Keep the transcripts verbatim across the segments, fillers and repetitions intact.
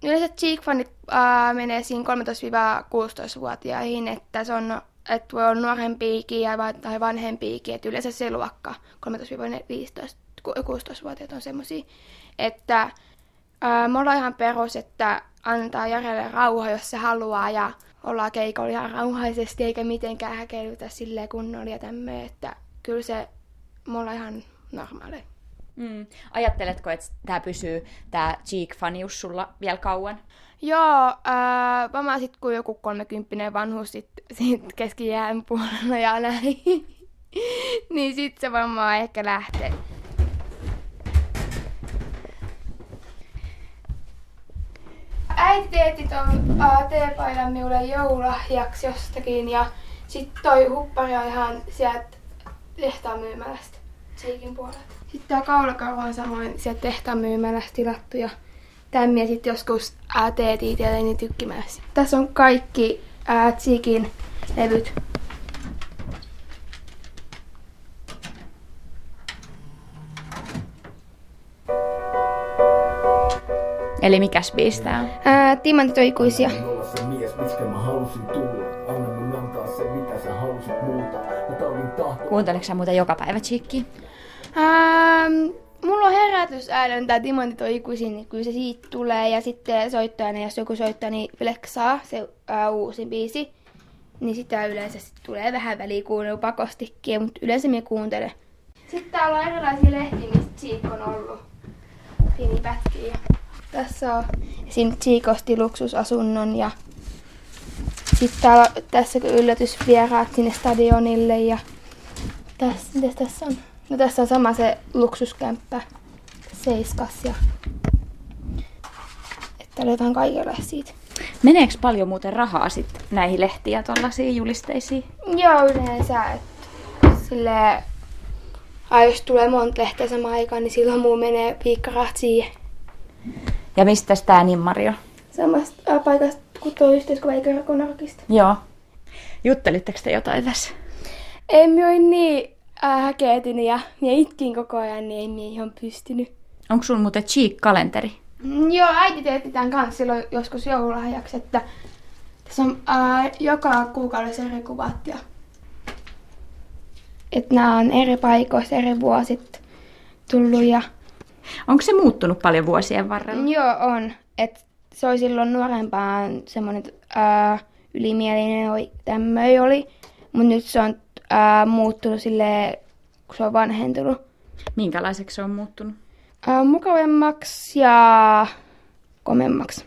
yleensä Cheek-fanit äh, menee siinä kolmetoista-kuusitoista-vuotiaihin, että se on, että voi olla nuorempiakin tai vanhempiakin, että yleensä se luokka kolmetoista-viisitoista-kuusitoista-vuotiaat on semmosia, että äh, me ollaan ihan perus, että antaa Jarelle rauha, jos se haluaa, ja ollaan keikolla ihan rauhaisesti, eikä mitenkään häkeilytä silleen kunnolla ja tämmöinen, että kyllä se, me ollaan ihan normaaleja. Mm. Ajatteletko, että tämä pysyy, tämä Cheek-fanius sulla vielä kauan? Joo, äh, varmaan sitten kun joku kolmekymppinen vanhus sit, sit keski-iän puolella ja näin, niin sitten se varmaan ehkä lähtee. Äiti teetti ton äh, teepaidan minulle joululahjaksi jostakin, ja sitten toi huppari on ihan sieltä tehtaan myymälästä, Cheekin puolelta. Sitten tää kaulakarva on samoin sieltä tehtaan myymälästä tilattu, ja tämmiä sitten joskus ää, teetin itselleni tykkimässä. Tässä on kaikki ää, Cheekin levyt. Eli mikäs biisi tää on? Ää, Timantit on ikuisia. Kuunteleeko sä muuten joka päivä Cheekia? Ähm, mulla on herätysäädön, tää Timantit on ikuisia, niin kyllä se siitä tulee. Ja sitten soittajana, jos joku soittaa, niin flexaa se ää, uusi biisi. Niin sitä yleensä sit tulee vähän väliin kuunnella pakostikin, mutta yleensä minä kuuntelen. Sitten täällä on erilaisia lehtiä, mistä Cheek on ollut. Pieni pätkiä. Tässä on siinä Cheek osti luksusasunnon, ja sitten täällä, tässä on yllätysvieraat sinne stadionille, ja tässä, mitäs tässä on? No tässä on sama se luksuskämppä, seiskas, ja että aletaan kaikille siitä. Meneekö paljon muuten rahaa sitten näihin lehtiä tuollaisiin julisteisiin? Joo, yleensä, että silleen, ai jos tulee monta lehteä samaan aikaan, niin silloin muu menee piikkarahat siihen. Ja mistä tää nimmari on? Samasta ää, paikasta kuin tuo yhteiskuva eikä Rakonarkista. Joo. Juttelitteko te jotain tässä? En minä ole niin äh, häkeetynyt ja minä itkin koko ajan, niin en minä ihan pystynyt. Onko sulla muuten Cheek-kalenteri? Mm, joo, äiti teetti tämän kanssa silloin joskus joululahjaksi, että tässä on äh, joka kuukaudessa eri kuvat. Ja että nämä on eri paikoista, eri vuosit tullut. Ja onko se muuttunut paljon vuosien varrella? Joo, on. Et se oli silloin nuorempaan semmoinen äh, ylimielinen oli, tämmöinen oli, mutta nyt se on äh, muuttunut silleen, kun se on vanhentunut. Minkälaiseksi se on muuttunut? Äh, mukavemmaksi ja komemmaksi.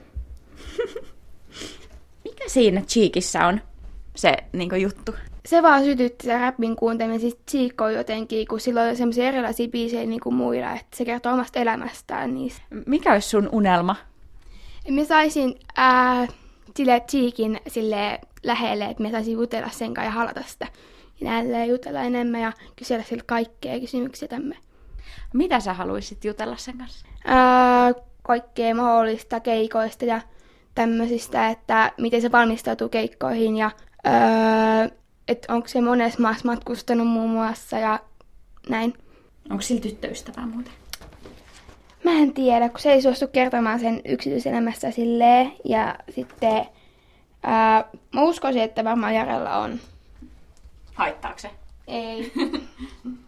Mikä siinä Cheekissä on se niinku juttu? Se vaan sytytti se räppin kuunteleminen. Siis Cheek on jotenkin, kun sillä on semmoisia erilaisia biisejä niin kuin muilla, että se kertoo omasta elämästään niistä. Mikä olisi sun unelma? Mä saisin ää, sille Cheekin sille lähelle, että mä saisin jutella sen kanssa ja halata sitä. Ja näillä jutella enemmän ja kysellä sille kaikkea kysymyksiä tämmöinen. Mitä sä haluaisit jutella sen kanssa? Ää, kaikkea mahdollista keikoista ja tämmöisistä, että miten se valmistautuu keikkoihin ja ää, että onko se monessa maassa matkustanut muun muassa ja näin. Onko sillä tyttöystävää muuten? Mä en tiedä, kun se ei suostu kertomaan sen yksityiselämässä silleen. Ja sitten ää, mä uskoisin, että varmaan Jarella on. Haittaako se? Ei.